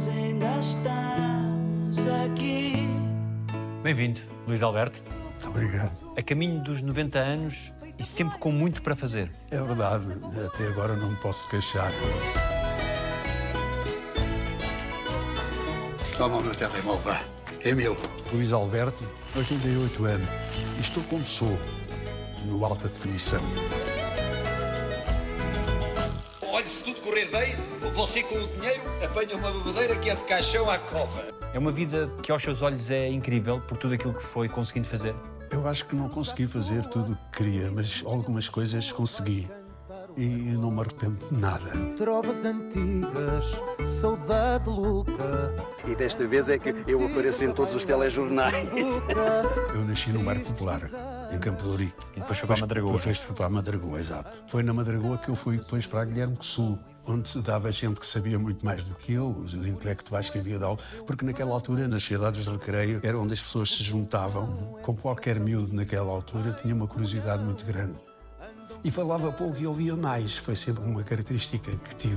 nós ainda estamos aqui. Bem-vindo, Luís Alberto. Muito obrigado. A caminho dos 90 anos e sempre com muito para fazer. É verdade, até agora não me posso queixar. Toma o meu telemóvel, é meu. Luís Alberto, 88 anos. E estou como sou, no alta definição. Olha, se tudo correr bem, você com o dinheiro apanha uma bebedeira que é de caixão à cova. É uma vida que aos seus olhos é incrível por tudo aquilo que foi conseguindo fazer. Eu acho que não consegui fazer tudo o que queria, mas algumas coisas consegui. E não me arrependo de nada. Trovas antigas, saudade louca. E desta vez é que eu apareço em todos os telejornais. Eu nasci num bairro popular, em Campo de Ourique. E depois foi para a Madragoa. Depois fui para a Madragoa, exato. Foi na Madragoa que eu fui depois para a Guilherme Sul, onde dava gente que sabia muito mais do que eu, os intelectuais que havia de aula, porque naquela altura, nas cidades de recreio, era onde as pessoas se juntavam. Como qualquer miúdo naquela altura, tinha uma curiosidade muito grande. E falava pouco e ouvia mais. Foi sempre uma característica que tive.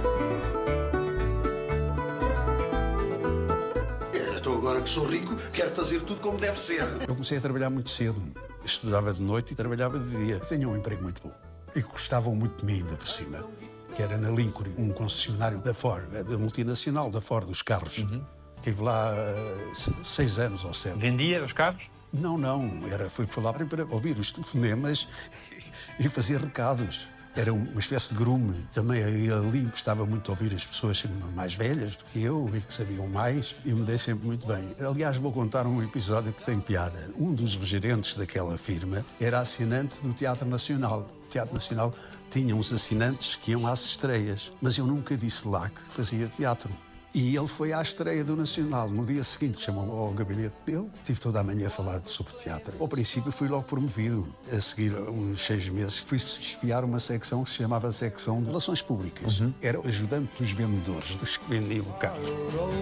Então agora que sou rico, quero fazer tudo como deve ser. Eu comecei a trabalhar muito cedo. Estudava de noite e trabalhava de dia. Tinha um emprego muito bom. E gostavam muito de mim, ainda por cima. Que era na Lincoln, um concessionário da Ford, da multinacional da Ford, dos carros. Estive lá 6 anos ou 7. Vendia os carros? Não. Fui falar para ouvir os telefonemas e fazer recados. Era uma espécie de grume. Também ali gostava muito de ouvir as pessoas mais velhas do que eu e que sabiam mais e me dei sempre muito bem. Aliás, vou contar um episódio que tem piada. Um dos gerentes daquela firma era assinante do Teatro Nacional. O Teatro Nacional tinha uns assinantes que iam às estreias, mas eu nunca disse lá que fazia teatro. E ele foi à estreia do Nacional. No dia seguinte chamou-me ao gabinete dele. Tive toda a manhã a falar sobre teatro. Ao princípio fui logo promovido. A seguir uns 6 meses fui esfiar uma secção que se chamava Secção de Relações Públicas. Era ajudante dos vendedores, dos que vendiam carros.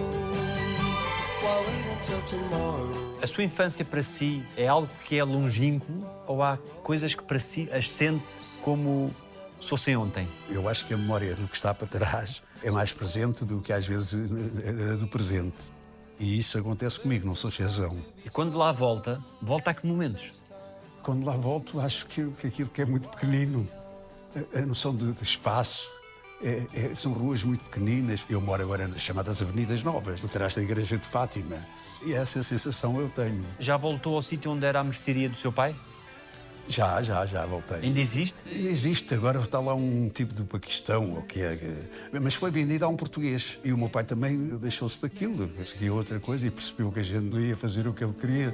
A sua infância para si é algo que é longínquo ou há coisas que para si as sente como se fossem ontem? Eu acho que a memória do que está para trás é mais presente do que às vezes do presente. E isso acontece comigo, não sou exceção. E quando lá volta a que momentos? Quando lá volto, acho que aquilo que é muito pequenino, a noção de espaço, são ruas muito pequeninas. Eu moro agora nas chamadas Avenidas Novas, por trás da Igreja de Fátima. E essa sensação eu tenho. Já voltou ao sítio onde era a mercearia do seu pai? Já voltei. Ainda existe? Ainda existe. Agora está lá um tipo do Paquistão, ou que é. Mas foi vendido a um português. E o meu pai também deixou-se daquilo. Queria outra coisa e percebeu que a gente não ia fazer o que ele queria.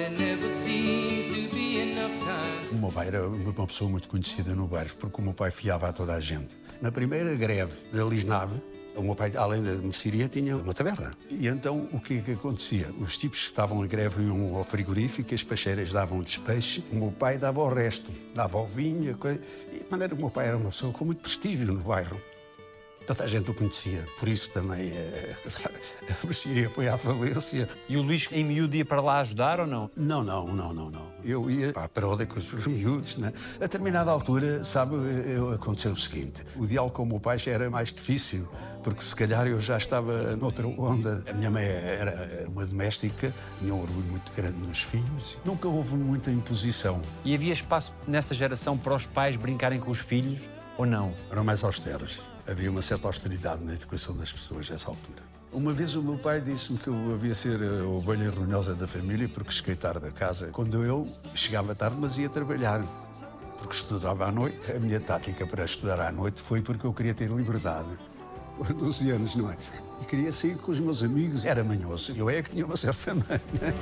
O meu pai era uma pessoa muito conhecida no bairro, porque o meu pai fiava a toda a gente. Na primeira greve da Lisnave, o meu pai, além da mercearia, tinha uma taberna. E então, o que é que acontecia? Os tipos que estavam em greve iam ao frigorífico, as peixeiras davam o despeixe, o meu pai dava o resto, dava o vinho, e de maneira que o meu pai era uma pessoa com muito prestígio no bairro. Toda a gente o conhecia, por isso também a mercearia foi à falência. E o Luís, em miúdo, ia para lá ajudar ou não? Não. Eu ia à paródia com os miúdos, né? A determinada altura, sabe, aconteceu o seguinte. O diálogo com o meu pai já era mais difícil, porque se calhar eu já estava noutra onda. A minha mãe era uma doméstica, tinha um orgulho muito grande nos filhos. Nunca houve muita imposição. E havia espaço nessa geração para os pais brincarem com os filhos ou não? Eram mais austeros. Havia uma certa austeridade na educação das pessoas nessa altura. Uma vez o meu pai disse-me que eu havia ser a ovelha runhosa da família porque cheguei tarde da casa. Quando eu chegava tarde, mas ia trabalhar, porque estudava à noite. A minha tática para estudar à noite foi porque eu queria ter liberdade. Com 12 anos, não é? E queria sair com os meus amigos. Era manhoso. Eu é que tinha uma certa manha.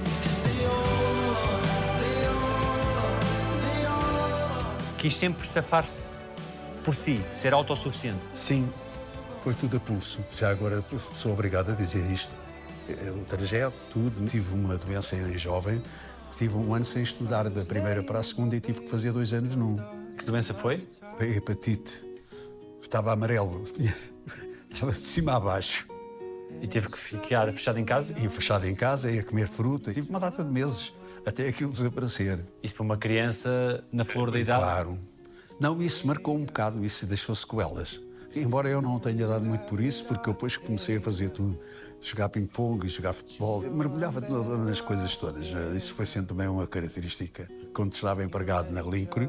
Quis sempre safar-se por si, ser autossuficiente? Sim, foi tudo a pulso. Já agora sou obrigado a dizer isto. O trajeto, tudo. Tive uma doença em jovem, tive 1 ano sem estudar, da primeira para a segunda, e tive que fazer 2 anos num. Que doença foi? A hepatite. Estava amarelo. Estava de cima a baixo. E teve que ficar fechado em casa? Ia fechado em casa, ia comer fruta. Tive uma data de meses até aquilo desaparecer. Isso para uma criança na flor da idade? Claro. Não, isso marcou um bocado, isso deixou sequelas. Embora eu não tenha dado muito por isso, porque eu depois comecei a fazer tudo. Jogar ping-pong, jogar futebol, mergulhava nas coisas todas. Isso foi sempre também uma característica. Quando estava empregado na Lincre,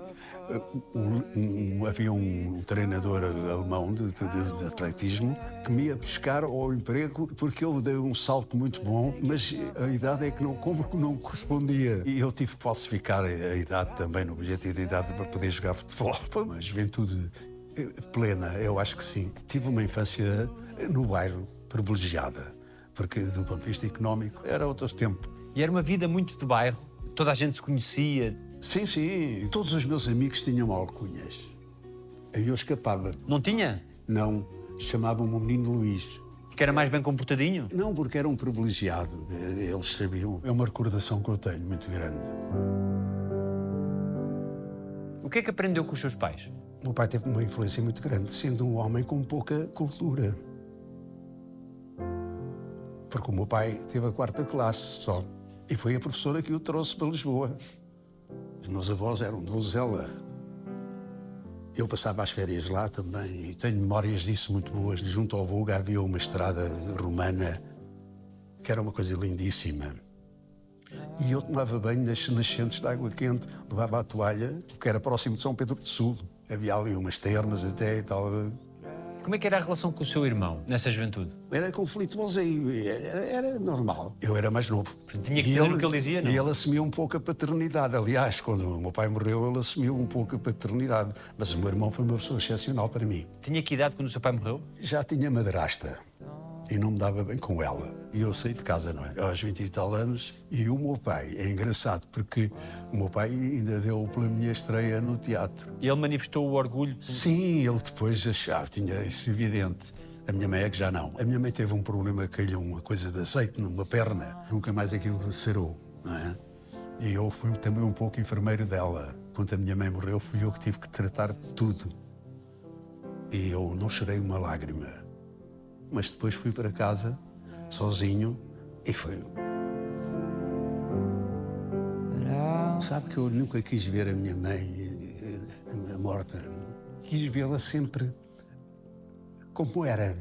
havia um treinador alemão de atletismo que me ia buscar ao emprego porque eu dei um salto muito bom, mas a idade é que não correspondia. E eu tive que falsificar a idade também no bilhete de idade para poder jogar futebol. Foi uma juventude plena, eu acho que sim. Tive uma infância no bairro privilegiada, porque do ponto de vista económico era outro tempo. E era uma vida muito de bairro? Toda a gente se conhecia? Sim, sim. Todos os meus amigos tinham alcunhas. Aí eu escapava. Não tinha? Não. Chamavam-me o Menino Luís. Que era mais bem comportadinho? Não, porque era um privilegiado. Eles sabiam. É uma recordação que eu tenho muito grande. O que é que aprendeu com os seus pais? O meu pai teve uma influência muito grande, sendo um homem com pouca cultura. Porque o meu pai teve a 4ª classe só. E foi a professora que o trouxe para Lisboa. Os meus avós eram de Vozela. Eu passava as férias lá também e tenho memórias disso muito boas. Junto ao Voga havia uma estrada romana que era uma coisa lindíssima. E eu tomava banho nas nascentes de água quente, levava a toalha, porque era próximo de São Pedro do Sul. Havia ali umas termas até e tal. Como é que era a relação com o seu irmão nessa juventude? Era conflituoso e era normal. Eu era mais novo. Tinha que fazer o que ele dizia, não? E ele assumia um pouco a paternidade. Aliás, quando o meu pai morreu, ele assumiu um pouco a paternidade. Mas o meu irmão foi uma pessoa excepcional para mim. Tinha que idade quando o seu pai morreu? Já tinha madrasta e não me dava bem com ela. E eu saí de casa, não é? Aos 20 e tal anos. E o meu pai, é engraçado, porque o meu pai ainda deu pela minha estreia no teatro. E ele manifestou o orgulho? Sim, ele depois achava, tinha isso evidente. A minha mãe é que já não. A minha mãe teve um problema, caiu uma coisa de azeite numa perna. Nunca mais aquilo sarou, não é? E eu fui também um pouco enfermeiro dela. Quando a minha mãe morreu, fui eu que tive que tratar de tudo. E eu não chorei uma lágrima. Mas depois fui para casa, sozinho, e foi... Sabe que eu nunca quis ver a minha mãe morta. Quis vê-la sempre como era.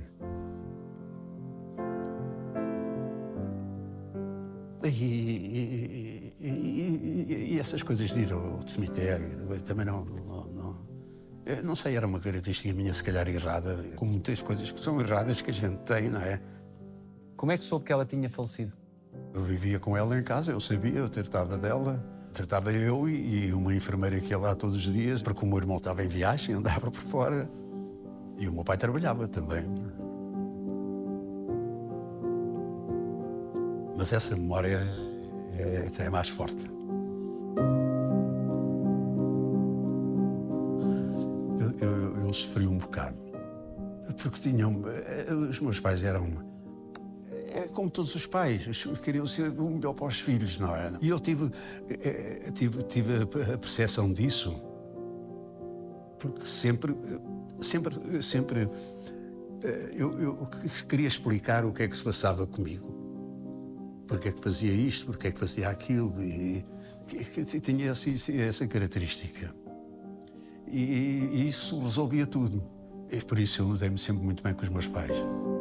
E essas coisas de ir ao cemitério, também não sei, era uma característica minha, se calhar errada, como muitas coisas que são erradas que a gente tem, não é? Como é que soube que ela tinha falecido? Eu vivia com ela em casa, eu sabia, eu tratava dela. Tratava eu e uma enfermeira que ia lá todos os dias, porque o meu irmão estava em viagem, andava por fora. E o meu pai trabalhava também. Mas essa memória é mais forte. Eu sofri um bocado, porque os meus pais eram... como todos os pais, queriam ser o melhor para os filhos, não é? E eu tive a percepção disso, porque sempre eu queria explicar o que é que se passava comigo. Porque é que fazia isto, porque é que fazia aquilo, e tinha essa característica. E isso resolvia tudo. E por isso eu dei-me sempre muito bem com os meus pais.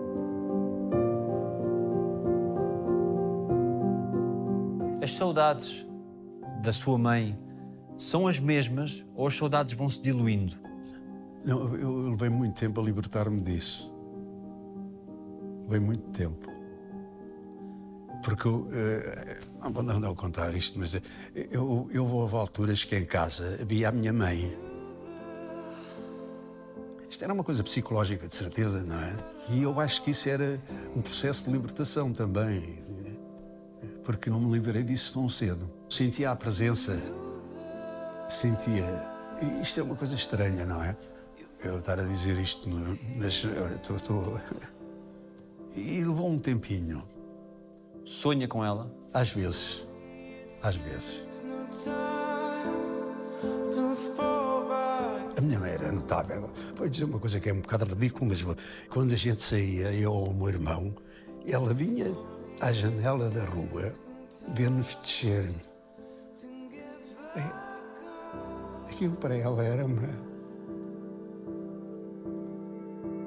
As saudades da sua mãe são as mesmas ou as saudades vão se diluindo? Não, eu levei muito tempo a libertar-me disso. Levei muito tempo. Porque não vou contar isto, mas eu vou a alturas que em casa havia a minha mãe. Isto era uma coisa psicológica, de certeza, não é? E eu acho que isso era um processo de libertação também. Porque não me livrei disso tão cedo. Sentia a presença, sentia... E isto é uma coisa estranha, não é? Eu estar a dizer isto, mas estou... E levou um tempinho. Sonha com ela? Às vezes. Às vezes. A minha mãe era notável. Vou dizer uma coisa que é um bocado ridícula, mas quando a gente saía, eu ou o meu irmão, ela vinha à janela da rua ver-nos descer. Aquilo para ela era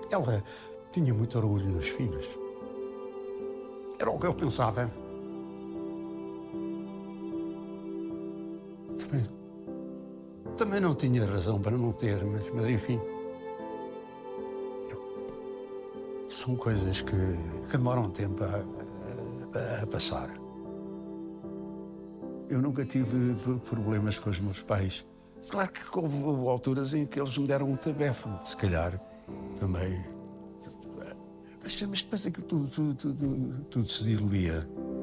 Ela tinha muito orgulho nos filhos. Era o que eu pensava. Também não tinha razão para não ter, mas enfim. São coisas que demoram tempo a passar. Eu nunca tive problemas com os meus pais. Claro que houve alturas em que eles me deram um tabefe, se calhar, também. Mas depois é que tudo se diluía.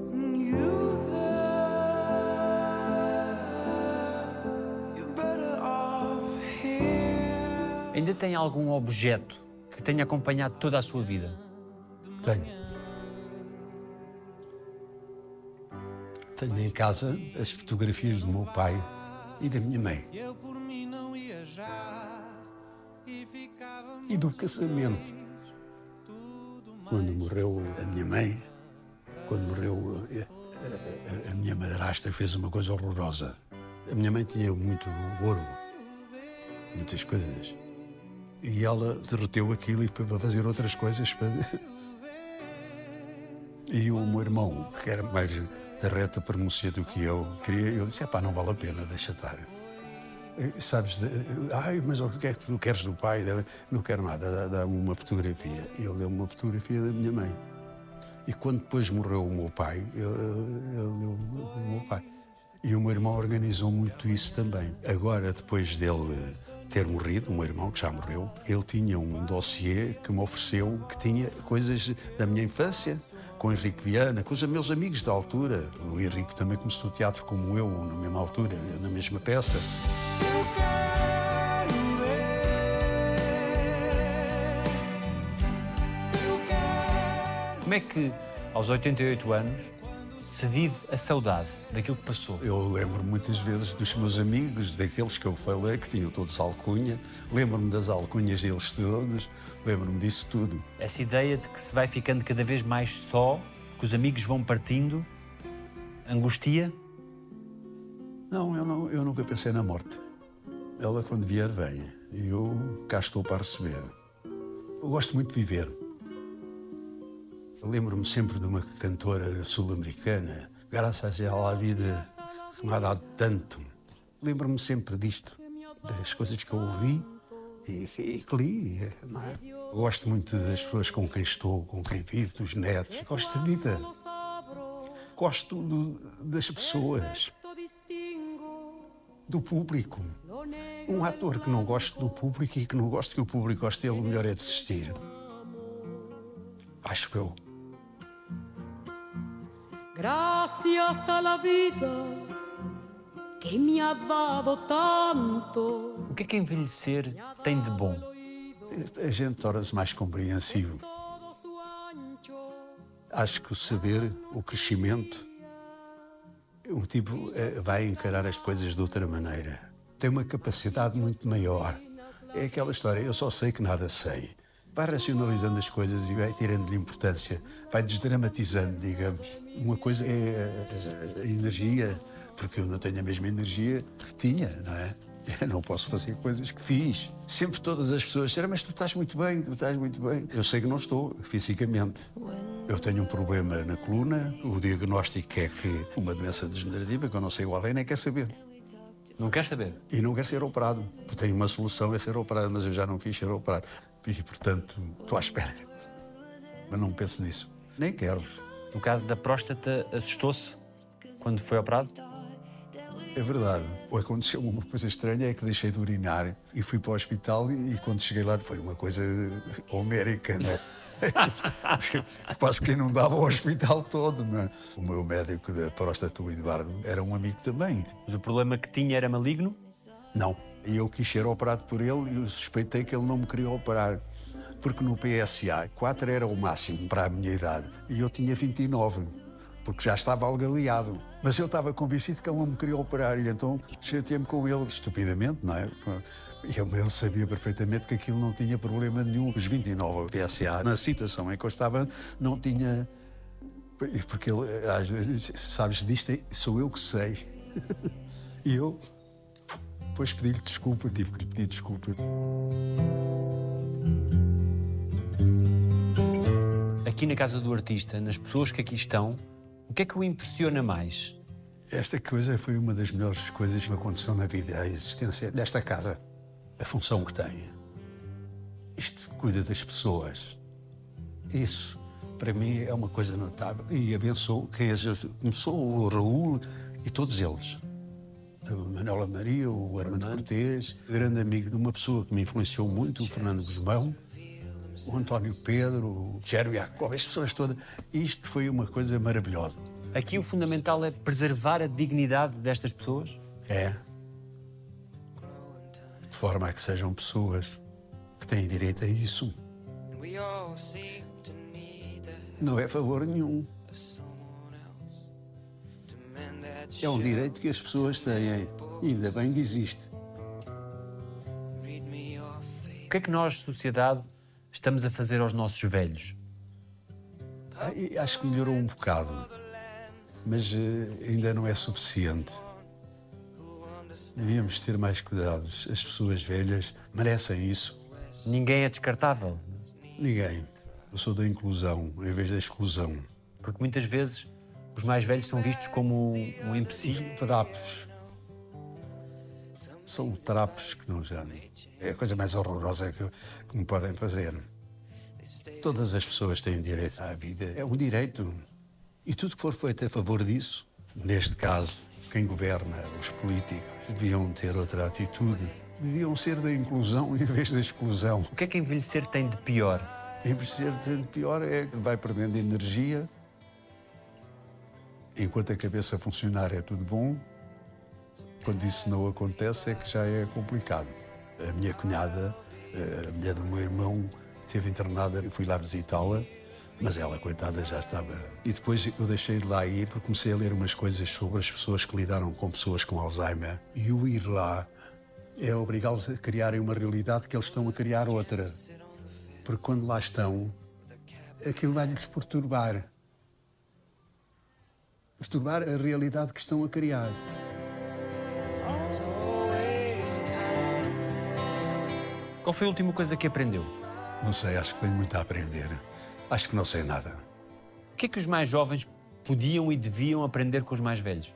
Ainda tem algum objeto que tenha acompanhado toda a sua vida? Tenho. Tenho em casa as fotografias do meu pai e da minha mãe. E do casamento. Quando morreu a minha mãe, quando morreu a minha madrasta, fez uma coisa horrorosa. A minha mãe tinha muito ouro, muitas coisas. E ela derreteu aquilo e foi para fazer outras coisas. E o meu irmão, que era mais da reta pronúncia do que eu disse, não vale a pena, deixa estar. Sabes, mas o que é que tu queres do pai? Não quero nada, dá-me uma fotografia. Ele deu-me uma fotografia da minha mãe. E quando depois morreu o meu pai, ele deu o meu pai. E o meu irmão organizou muito isso também. Agora, depois dele ter morrido, o meu irmão, que já morreu, ele tinha um dossiê que me ofereceu, que tinha coisas da minha infância, com o Henrique Viana, com os meus amigos da altura. O Henrique também começou teatro como eu, na mesma altura, na mesma peça. Como é que, aos 88 anos, se vive a saudade daquilo que passou? Eu lembro muitas vezes dos meus amigos, daqueles que eu falei, que tinham todos alcunha. Lembro-me das alcunhas deles todos, lembro-me disso tudo. Essa ideia de que se vai ficando cada vez mais só, que os amigos vão partindo, angustia? Não, eu nunca pensei na morte. Ela, quando vier, vem. E eu cá estou para receber. Eu gosto muito de viver. Lembro-me sempre de uma cantora sul-americana, graças a ela a vida que me ha dado tanto. Lembro-me sempre disto, das coisas que eu ouvi e que li. Não é? Gosto muito das pessoas com quem estou, com quem vivo, dos netos. Gosto da vida. Gosto das pessoas, do público. Um ator que não gosta do público e que não gosta que o público goste dele, o melhor é desistir. Acho eu. Gracias a la vida que me ha dado tanto. O que envelhecer tem de bom? A gente torna-se mais compreensivo. Acho que o saber, o crescimento, um tipo vai encarar as coisas de outra maneira. Tem uma capacidade muito maior. É aquela história, eu só sei que nada sei. Vai racionalizando as coisas e vai tirando-lhe importância, vai desdramatizando, digamos. Uma coisa é a energia, porque eu não tenho a mesma energia que tinha, não é? Eu não posso fazer coisas que fiz. Sempre todas as pessoas disseram, mas tu estás muito bem, tu estás muito bem. Eu sei que não estou, fisicamente. Eu tenho um problema na coluna, o diagnóstico é que uma doença degenerativa, que eu não sei qual é, nem quer saber. Não quer saber? E não quer ser operado. Tenho uma solução, é ser operado, mas eu já não quis ser operado. E, portanto, estou à espera. Mas não penso nisso. Nem quero. No caso da próstata, assustou-se quando foi operado? É verdade. Aconteceu uma coisa estranha, é que deixei de urinar e fui para o hospital e quando cheguei lá foi uma coisa homérica, não é? Quase que inundava o hospital todo, não é? O meu médico da próstata, o Eduardo, era um amigo também. Mas o problema que tinha era maligno? Não. E eu quis ser operado por ele e eu suspeitei que ele não me queria operar. Porque no PSA, 4 era o máximo para a minha idade. E eu tinha 29, porque já estava algaleado. Mas eu estava convencido que ele não me queria operar. E então chateei-me com ele, estupidamente, não é? E ele sabia perfeitamente que aquilo não tinha problema nenhum. Os 29 PSA, na situação em que eu estava, não tinha... Porque ele, às vezes, sabes disto, sou eu que sei. E eu... Depois pedi-lhe desculpa, tive que lhe pedir desculpa. Aqui na Casa do Artista, nas pessoas que aqui estão, o que é que o impressiona mais? Esta coisa foi uma das melhores coisas que me aconteceu na vida, a existência desta casa, a função que tem. Isto cuida das pessoas. Isso, para mim, é uma coisa notável. E abençoou quem começou, o Raul e todos eles. A Manuela Maria, o Armando Cortês, grande amigo de uma pessoa que me influenciou muito, o Fernando Guzmão, o António Pedro, o Gério Jacob, as pessoas todas. Isto foi uma coisa maravilhosa. Aqui o fundamental é preservar a dignidade destas pessoas? É. De forma a que sejam pessoas que têm direito a isso. Não é favor nenhum. É um direito que as pessoas têm. Ainda bem que existe. O que é que nós, sociedade, estamos a fazer aos nossos velhos? Acho que melhorou um bocado, mas ainda não é suficiente. Devíamos ter mais cuidados. As pessoas velhas merecem isso. Ninguém é descartável. Ninguém. Eu sou da inclusão, em vez da exclusão. Porque muitas vezes os mais velhos são vistos como um empecilho. Os trapos. São trapos que não já... É a coisa mais horrorosa que me podem fazer. Todas as pessoas têm direito à vida. É um direito. E tudo que for feito a favor disso, neste caso, quem governa, os políticos, deviam ter outra atitude. Deviam ser da inclusão em vez da exclusão. O que é que envelhecer tem de pior? Envelhecer tem de pior é que vai perdendo energia. Enquanto a cabeça funcionar é tudo bom. Quando isso não acontece é que já é complicado. A minha cunhada, a mulher do meu irmão, esteve internada, eu fui lá visitá-la, mas ela, coitada, já estava... E depois eu deixei de lá ir porque comecei a ler umas coisas sobre as pessoas que lidaram com pessoas com Alzheimer. E o ir lá é obrigá-los a criarem uma realidade que eles estão a criar outra. Porque quando lá estão, aquilo vai-lhes perturbar. Perturbar a realidade que estão a criar. Qual foi a última coisa que aprendeu? Não sei, acho que tenho muito a aprender. Acho que não sei nada. O que é que os mais jovens podiam e deviam aprender com os mais velhos?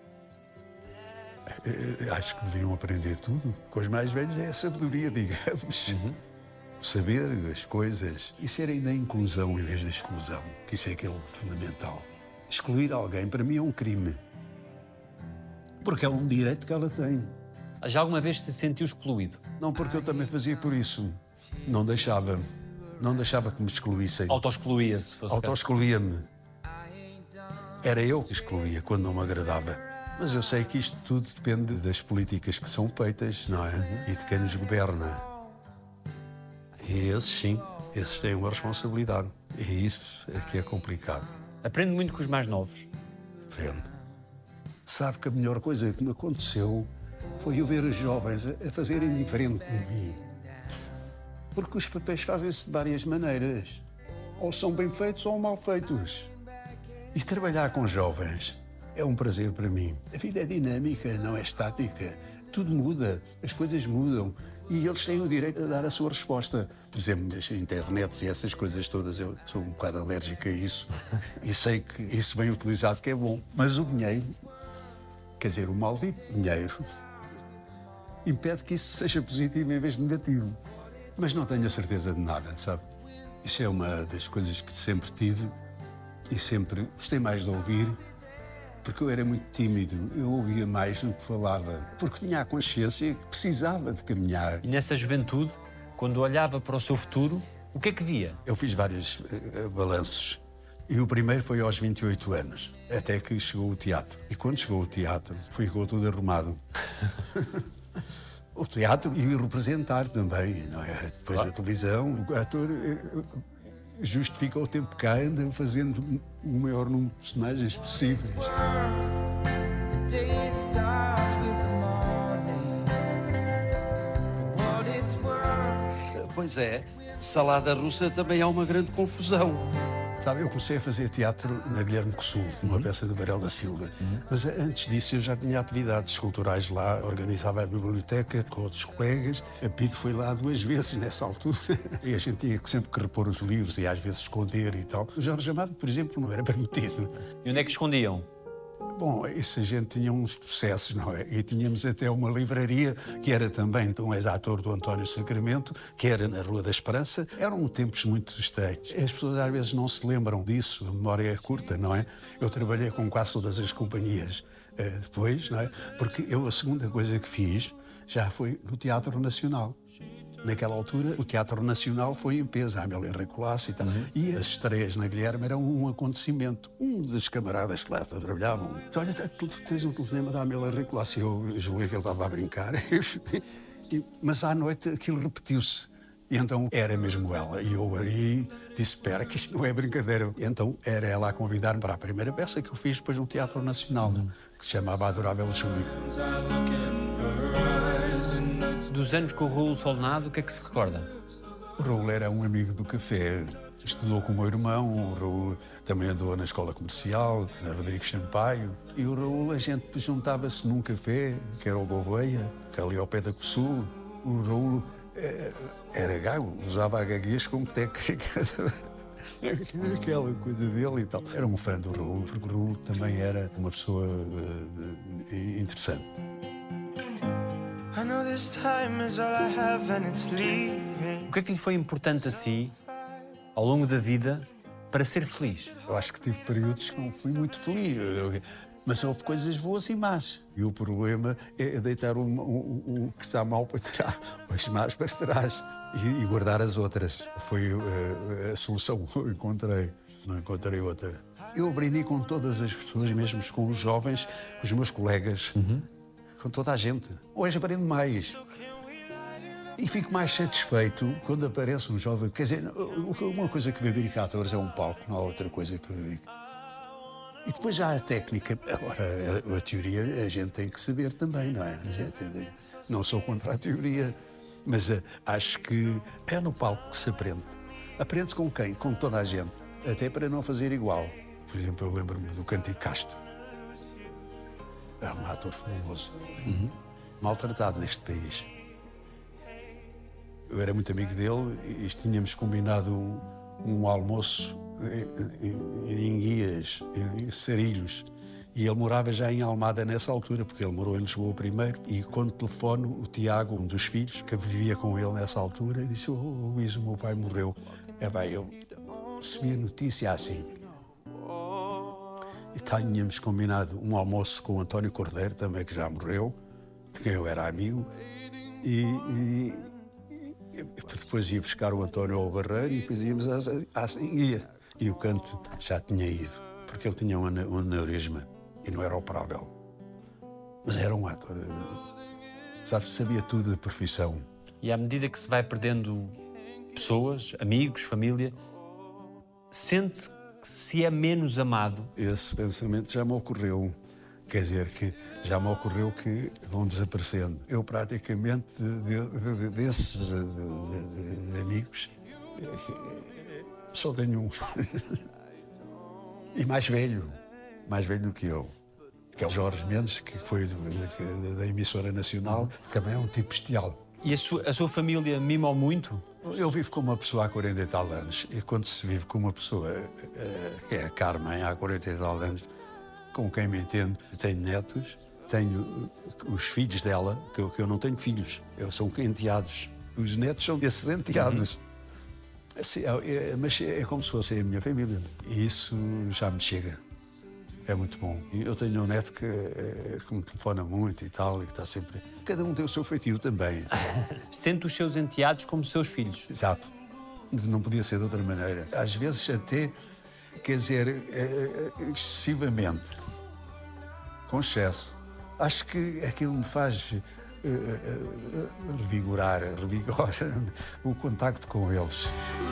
Acho que deviam aprender tudo. Com os mais velhos é a sabedoria, digamos. Saber as coisas e serem da inclusão em vez da exclusão, que isso é que é o fundamental. Excluir alguém, para mim, é um crime. Porque é um direito que ela tem. Já alguma vez se sentiu excluído? Não, porque eu também fazia por isso. Não deixava que me excluíssem. Auto-excluía-se, se fosse Auto-excluía-me. Era eu que excluía quando não me agradava. Mas eu sei que isto tudo depende das políticas que são feitas, não é? E de quem nos governa. E esses, sim, esses têm uma responsabilidade. E isso é que é complicado. Aprende muito com os mais novos. Aprende. Sabe que a melhor coisa que me aconteceu foi eu ver os jovens a fazerem diferente de mim. Porque os papéis fazem-se de várias maneiras. Ou são bem feitos ou mal feitos. E trabalhar com jovens é um prazer para mim. A vida é dinâmica, não é estática. Tudo muda, as coisas mudam. E eles têm o direito a dar a sua resposta. Por exemplo, as internets e essas coisas todas, eu sou um bocado alérgico a isso. E sei que isso bem utilizado que é bom. Mas o dinheiro, quer dizer, o maldito dinheiro, impede que isso seja positivo em vez de negativo. Mas não tenho a certeza de nada, sabe? Isso é uma das coisas que sempre tive e sempre gostei mais de ouvir, porque eu era muito tímido, eu ouvia mais do que falava, porque tinha a consciência que precisava de caminhar. E nessa juventude, quando olhava para o seu futuro, o que é que via? Eu fiz vários balanços. E o primeiro foi aos 28 anos, até que chegou o teatro. E quando chegou o teatro, ficou tudo arrumado. O teatro e representar também, não é? Depois a televisão, o ator justifica o tempo que anda fazendo o maior número de personagens possíveis. Pois é, salada russa também é uma grande confusão. Sabe, eu comecei a fazer teatro na Guilherme Cossul, numa peça de Varela da Silva. Mas antes disso eu já tinha atividades culturais lá, organizava a biblioteca com outros colegas. A PIDE foi lá 2 vezes nessa altura e a gente tinha sempre que repor os livros e às vezes esconder e tal. O Jorge Amado, por exemplo, não era permitido. E onde é que escondiam? Bom, isso a gente tinha uns processos, não é? E tínhamos até uma livraria que era também de um ex-ator do António Sacramento, que era na Rua da Esperança. Eram tempos muito estranhos. As pessoas às vezes não se lembram disso, a memória é curta, não é? Eu trabalhei com quase todas as companhias depois, não é? Porque eu a segunda coisa que fiz já foi no Teatro Nacional. Naquela altura, o Teatro Nacional foi em peso, a Amélia Recolasso e tal. E as estreias na Guilherme eram um acontecimento. Um dos camaradas que lá trabalhavam disse, olha, tu tens um telefonema da Amélia Recolasso. E eu julguei que ele estava a brincar. Mas à noite aquilo repetiu-se. E então era mesmo ela. E eu aí disse, espera, que isto não é brincadeira. E então era ela a convidar-me para a primeira peça que eu fiz depois no Teatro Nacional, que se chamava Adorável Julie. Dos anos com o Raul Solnado, o que é que se recorda? O Raul era um amigo do café, estudou com o meu irmão, o Raul também andou na escola comercial, na Rodrigues Sampaio. E o Raul, a gente juntava-se num café, que era o Gouveia, que ali ao pé da Cossul. O Raul era gago, usava a gaguez como técnica, aquela coisa dele e tal. Era um fã do Raul, porque o Raul também era uma pessoa interessante. O que é que lhe foi importante a si, ao longo da vida, para ser feliz? Eu acho que tive períodos que não fui muito feliz, mas houve coisas boas e más. E o problema é deitar o que está mal para trás, as más para trás, e guardar as outras. Foi a solução que eu encontrei, não encontrei outra. Eu aprendi com todas as pessoas, mesmo com os jovens, com os meus colegas, com toda a gente. Hoje aprendo mais. E fico mais satisfeito quando aparece um jovem. Quer dizer, uma coisa que fabricadores é um palco, não há outra coisa que fabrica. E depois já a técnica. Agora, a teoria a gente tem que saber também, não é? Não sou contra a teoria, mas acho que é no palco que se aprende. Aprende-se com quem? Com toda a gente. Até para não fazer igual. Por exemplo, eu lembro-me do Cândido Castro. É um ator famoso, maltratado neste país. Eu era muito amigo dele e tínhamos combinado um almoço em Guias, em Sarilhos. E ele morava já em Almada nessa altura, porque ele morou em Lisboa primeiro. E quando telefono, o Tiago, um dos filhos, que vivia com ele nessa altura, disse, Luís, o meu pai morreu. Eu recebi a notícia assim. E tínhamos combinado um almoço com o António Cordeiro, também que já morreu, de quem eu era amigo, e depois ia buscar o António ao Barreiro e depois íamos à Guia. E o canto já tinha ido, porque ele tinha um aneurisma e não era operável. Mas era um ator, sabe, sabia tudo da profissão. E à medida que se vai perdendo pessoas, amigos, família, sente que se é menos amado? Esse pensamento já me ocorreu. Quer dizer, que já me ocorreu que vão desaparecendo. Eu praticamente, desses amigos, só tenho um. E mais velho do que eu. Que é o Jorge Mendes, que foi da emissora nacional, também é um tipo bestial. E a sua família mima-o muito? Eu vivo com uma pessoa há 40 e tal anos. E quando se vive com uma pessoa, que é a Carmen, há 40 e tal anos, com quem me entendo, tenho netos, tenho os filhos dela, que eu não tenho filhos, são enteados. Os netos são desses enteados. Assim, mas é como se fosse a minha família. E isso já me chega. É muito bom. Eu tenho um neto que me telefona muito e tal, e que está sempre... Cada um tem o seu feitio também. Sente os seus enteados como seus filhos. Exato. Não podia ser de outra maneira. Às vezes até, quer dizer, excessivamente. Com excesso. Acho que aquilo me faz revigora o contacto com eles.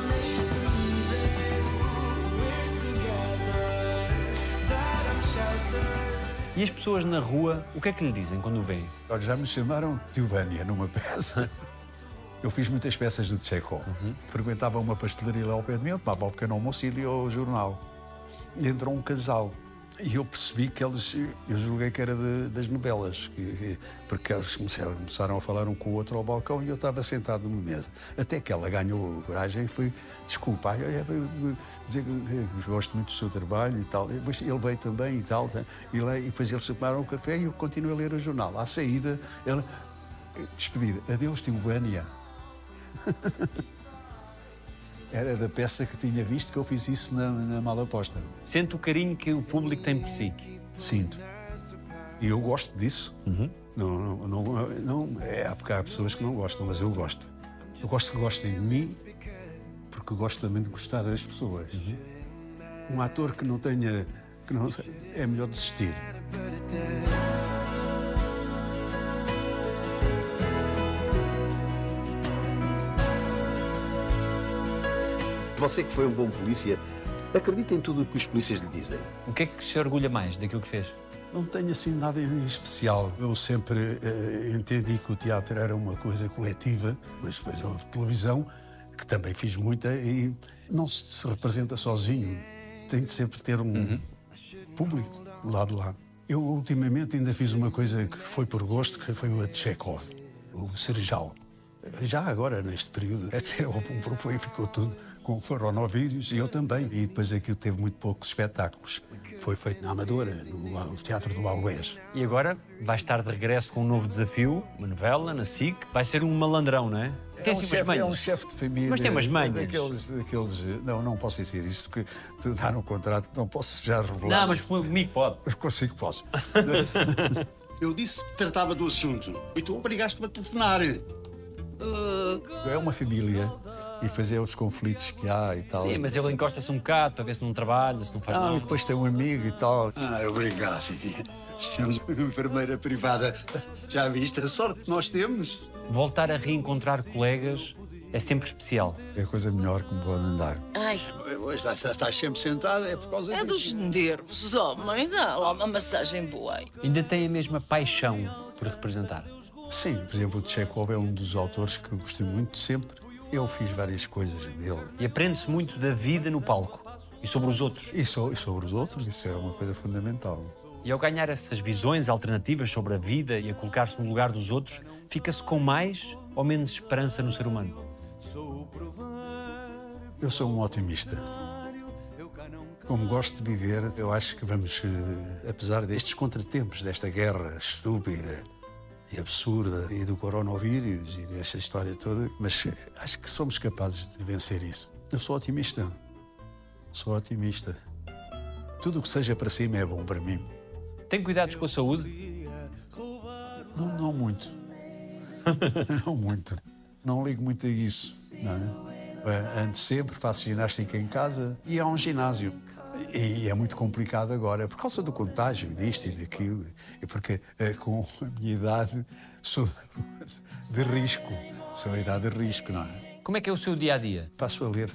E as pessoas na rua, o que é que lhe dizem quando o veem? Já me chamaram Tio Vânia numa peça. Eu fiz muitas peças do Tchekov. Frequentava uma pastelaria lá ao pé de mim, eu tomava um pequeno almoço e lia ao jornal. E entrou um casal. E eu percebi que eles... Eu julguei que era das novelas. Porque eles começaram a falar um com o outro ao balcão e eu estava sentado numa mesa. Até que ela ganhou coragem e foi... Desculpa, dizer que gosto muito do seu trabalho e tal. E depois ele veio também e tal. E depois eles tomaram um café e eu continuei a ler o jornal. À saída, ela... Despedida. Adeus, Tilvânia. Era da peça que tinha visto que eu fiz isso na mala posta. Sente o carinho que o público tem por si? Sinto. E eu gosto disso. Não, porque há pessoas que não gostam, mas eu gosto. Eu gosto que gostem de mim, porque gosto também de gostar das pessoas. Um ator que não tenha... é melhor desistir. Você que foi um bom polícia, acredita em tudo o que os polícias lhe dizem? O que é que se orgulha mais daquilo que fez? Não tenho assim nada em especial. Eu sempre entendi que o teatro era uma coisa coletiva, mas depois houve televisão, que também fiz muita, e não se representa sozinho. Tem de sempre ter um público do lado de lá. Eu, ultimamente, ainda fiz uma coisa que foi por gosto, que foi o Tchekov, o Serjal. Já agora, neste período, até houve um grupo e ficou tudo com coronavírus, e eu também. E depois aquilo teve muito poucos espetáculos. Foi feito na Amadora, no Teatro do Alués. E agora vai estar de regresso com um novo desafio, uma novela, na SIC. Vai ser um malandrão, não é? É um chefe de família. Mas tem umas manhas. Daqueles... Não posso dizer isso, porque tu dá um contrato que não posso já revelar. Não, mas comigo pode. Posso. Eu disse que tratava do assunto e tu obrigaste-me a telefonar. É uma família e depois é os conflitos que há e tal. Sim, mas ele encosta-se um bocado para ver se não trabalha, se não faz nada. E depois tem um amigo e tal. Obrigado. Chamamos uma enfermeira privada. Já viste a sorte que nós temos? Voltar a reencontrar colegas é sempre especial. É a coisa melhor que me pode andar. Ai, Hoje estás sempre sentada, é por causa é disso. dos nervos, homem. Dá lá uma massagem boa. Ainda tem a mesma paixão por representar. Sim, por exemplo, o Tchekov é um dos autores que eu gostei muito sempre. Eu fiz várias coisas dele. E aprende-se muito da vida no palco e sobre os outros. E sobre os outros, isso é uma coisa fundamental. E ao ganhar essas visões alternativas sobre a vida e a colocar-se no lugar dos outros, fica-se com mais ou menos esperança no ser humano? Eu sou um otimista. Como gosto de viver, eu acho que vamos, apesar destes contratempos, desta guerra estúpida e absurda e do coronavírus e desta história toda, mas acho que somos capazes de vencer isso. Eu sou otimista. Sou otimista. Tudo o que seja para cima é bom para mim. Tem cuidados com a saúde? Não muito. Não muito. Não ligo muito a isso. Não é? Ando sempre, faço ginástica em casa e há um ginásio. E é muito complicado agora, por causa do contágio, disto e daquilo, e porque com a minha idade sou de risco, sou a idade de risco, não é? Como é que é o seu dia-a-dia? Passo a ler,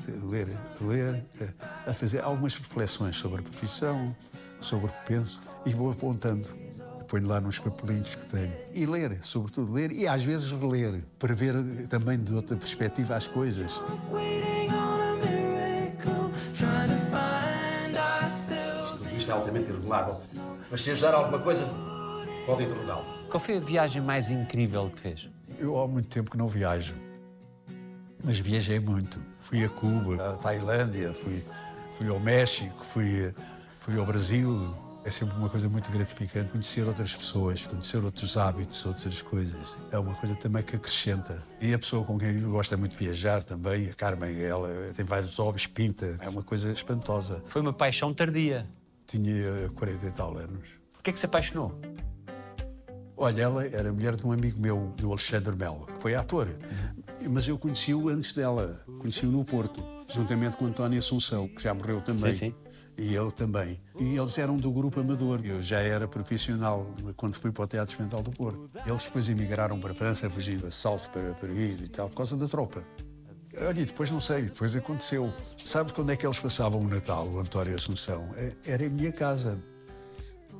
a fazer algumas reflexões sobre a profissão, sobre o que penso, e vou apontando. Ponho lá nos papelinhos que tenho. E ler, sobretudo ler, e às vezes reler, para ver também de outra perspectiva as coisas. Isto é altamente irregular. Mas se ajudar a alguma coisa, pode interrogá-lo. Qual foi a viagem mais incrível que fez? Eu há muito tempo que não viajo, mas viajei muito. Fui a Cuba, a Tailândia, fui ao México, fui ao Brasil. É sempre uma coisa muito gratificante conhecer outras pessoas, conhecer outros hábitos, outras coisas. É uma coisa também que acrescenta. E a pessoa com quem vivo gosta muito de viajar também. A Carmen, ela tem vários hobbies, pinta. É uma coisa espantosa. Foi uma paixão tardia. Tinha 40 e tal anos. Por que é que se apaixonou? Olha, ela era mulher de um amigo meu, do Alexandre Melo, que foi ator. Mas eu conheci-o antes dela. Conheci-o no Porto, juntamente com António Assunção, que já morreu também. Sim. E ele também. E eles eram do grupo amador. Eu já era profissional quando fui para o Teatro Experimental do Porto. Eles depois emigraram para a França, fugiram de assalto para Paris e tal, por causa da tropa. Olha, e depois não sei, depois aconteceu. Sabe quando é que eles passavam o Natal, o António Assunção? Era em minha casa.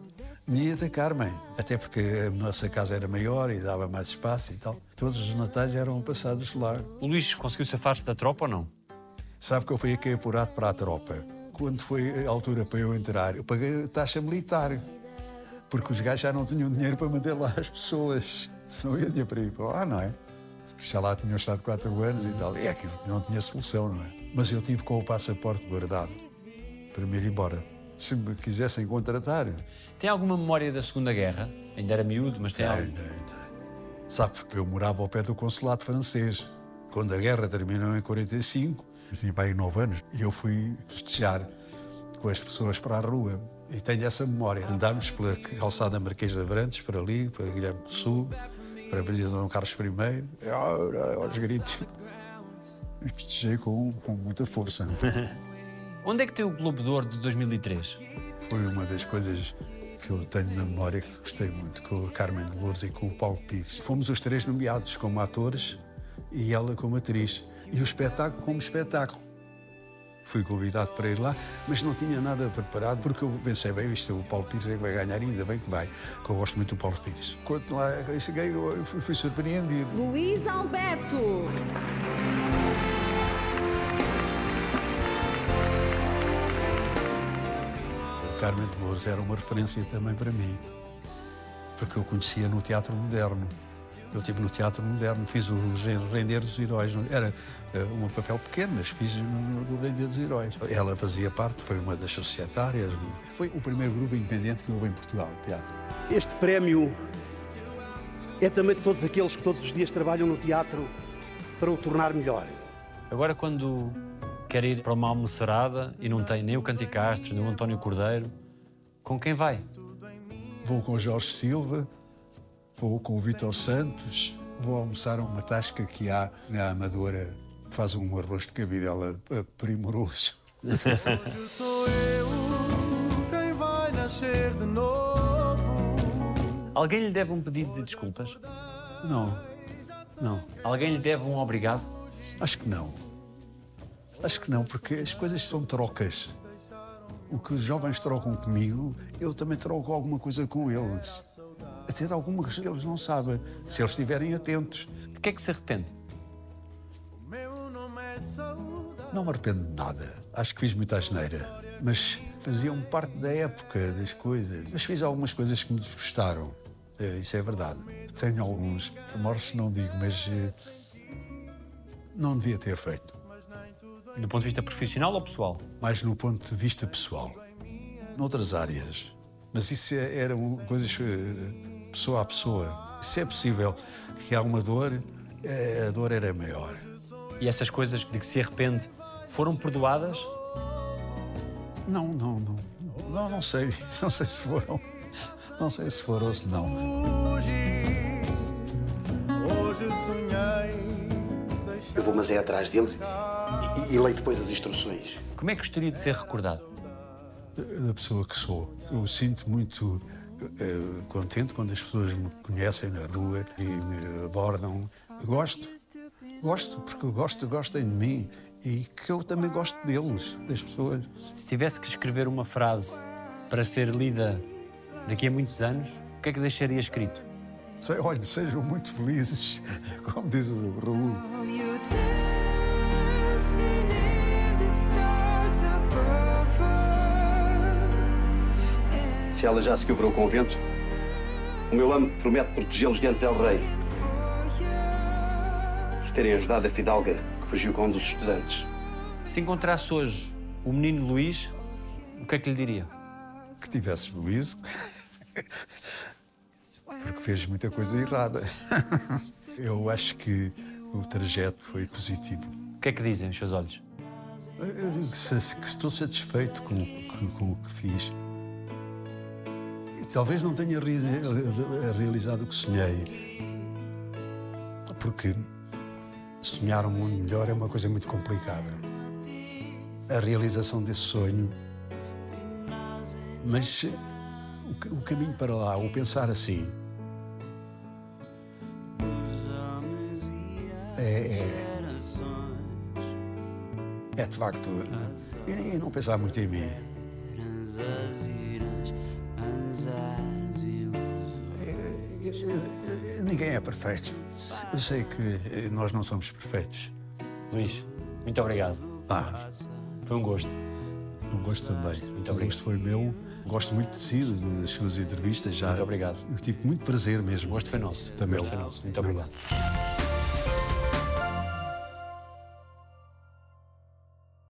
Minha da Carmen, até porque a nossa casa era maior e dava mais espaço e tal. Todos os natais eram passados lá. O Luís conseguiu safar-se da tropa ou não? Sabe que eu fui aqui apurado para a tropa. Quando foi a altura para eu entrar, eu paguei a taxa militar. Porque os gajos já não tinham dinheiro para manter lá as pessoas. Não havia dinheiro para ir para lá, não é? Porque já lá tinham estado 4 anos e tal. E aquilo não tinha solução, não é? Mas eu tive com o passaporte guardado para me ir embora. Se me quisessem contratar. Tem alguma memória da Segunda Guerra? Ainda era miúdo, mas tem algo? Tem. Sabe, porque eu morava ao pé do consulado francês. Quando a guerra terminou em 45, eu tinha para aí 9 anos, e eu fui festejar com as pessoas para a rua. E tenho essa memória. Andámos pela calçada Marquês de Abrantes, para ali, para Guilherme do Sul, para a Avenida Dom Carlos I, aos gritos. E festejei com muita força. Onde é que tem o Globo de Ouro de 2003? Foi uma das coisas que eu tenho na memória que gostei muito, com a Carmen de Lourdes e com o Paulo Pires. Fomos os 3 nomeados como atores e ela como atriz. E o espetáculo como espetáculo. Fui convidado para ir lá, mas não tinha nada preparado, porque eu pensei, bem, isto o Paulo Pires é que vai ganhar, ainda bem que vai, que eu gosto muito do Paulo Pires. Quando lá cheguei, eu fui surpreendido. Luís Alberto. Carmen de Lourdes era uma referência também para mim, porque eu conhecia no Teatro Moderno. Eu estive no Teatro Moderno, fiz o Render dos Heróis. Era um papel pequeno, mas fiz no Render dos Heróis. Ela fazia parte, foi uma das societárias. Foi o primeiro grupo independente que houve em Portugal, teatro. Este prémio é também de todos aqueles que todos os dias trabalham no teatro para o tornar melhor. Agora, quando quer ir para uma almoçarada e não tem nem o Canticastro, nem o António Cordeiro, com quem vai? Vou com o Jorge Silva, vou com o Vítor Santos, vou almoçar a uma tasca que há na Amadora, faz um arroz de cabidela primoroso. Hoje sou eu quem vai nascer de novo. Alguém lhe deve um pedido de desculpas? Não. Alguém lhe deve um obrigado? Acho que não. Acho que não, porque as coisas são trocas. O que os jovens trocam comigo, eu também troco alguma coisa com eles. Até de alguma coisa que eles não sabem, se eles estiverem atentos. De que é que se arrepende? Não me arrependo de nada. Acho que fiz muita asneira. Mas faziam parte da época das coisas. Mas fiz algumas coisas que me desgostaram. Isso é verdade. Tenho alguns remorsos, não digo, mas não devia ter feito. Do ponto de vista profissional ou pessoal? Mais no ponto de vista pessoal. Noutras áreas. Mas isso eram coisas pessoa a pessoa. Se é possível que há uma dor, a dor era maior. E essas coisas de que se arrepende foram perdoadas? Não sei. Não sei se foram. Não sei se foram ou se não. Hoje sonhei. Eu vou, mas é atrás deles e leio depois as instruções. Como é que gostaria de ser recordado? Da pessoa que sou. Eu sinto muito contente quando as pessoas me conhecem na rua e me abordam. Gosto, porque gostem de mim e que eu também gosto deles, das pessoas. Se tivesse que escrever uma frase para ser lida daqui a muitos anos, o que é que deixaria escrito? Olha, sejam muito felizes, como diz o Raul. Se ela já seguiu para o convento, o meu amo promete protegê-los diante del rei. Por terem ajudado a fidalga que fugiu com um dos estudantes. Se encontrasse hoje o menino Luís, o que é que lhe diria? Que tivesse juízo, porque fez muita coisa errada. Eu acho que o trajeto foi positivo. O que é que dizem os seus olhos? Que estou satisfeito com o que fiz. E talvez não tenha realizado o que sonhei. Porque sonhar um mundo melhor é uma coisa muito complicada. A realização desse sonho. Mas o caminho para lá, o pensar assim, é de facto, e não pensar muito em mim. Ninguém é perfeito. Eu sei que nós não somos perfeitos. Luís, muito obrigado. Foi um gosto. Um gosto também. Muito o obrigado. gosto foi meu. Gosto muito de si, das suas entrevistas. Muito obrigado. Eu tive muito prazer mesmo. O gosto foi nosso. Também. O gosto foi nosso. Muito obrigado.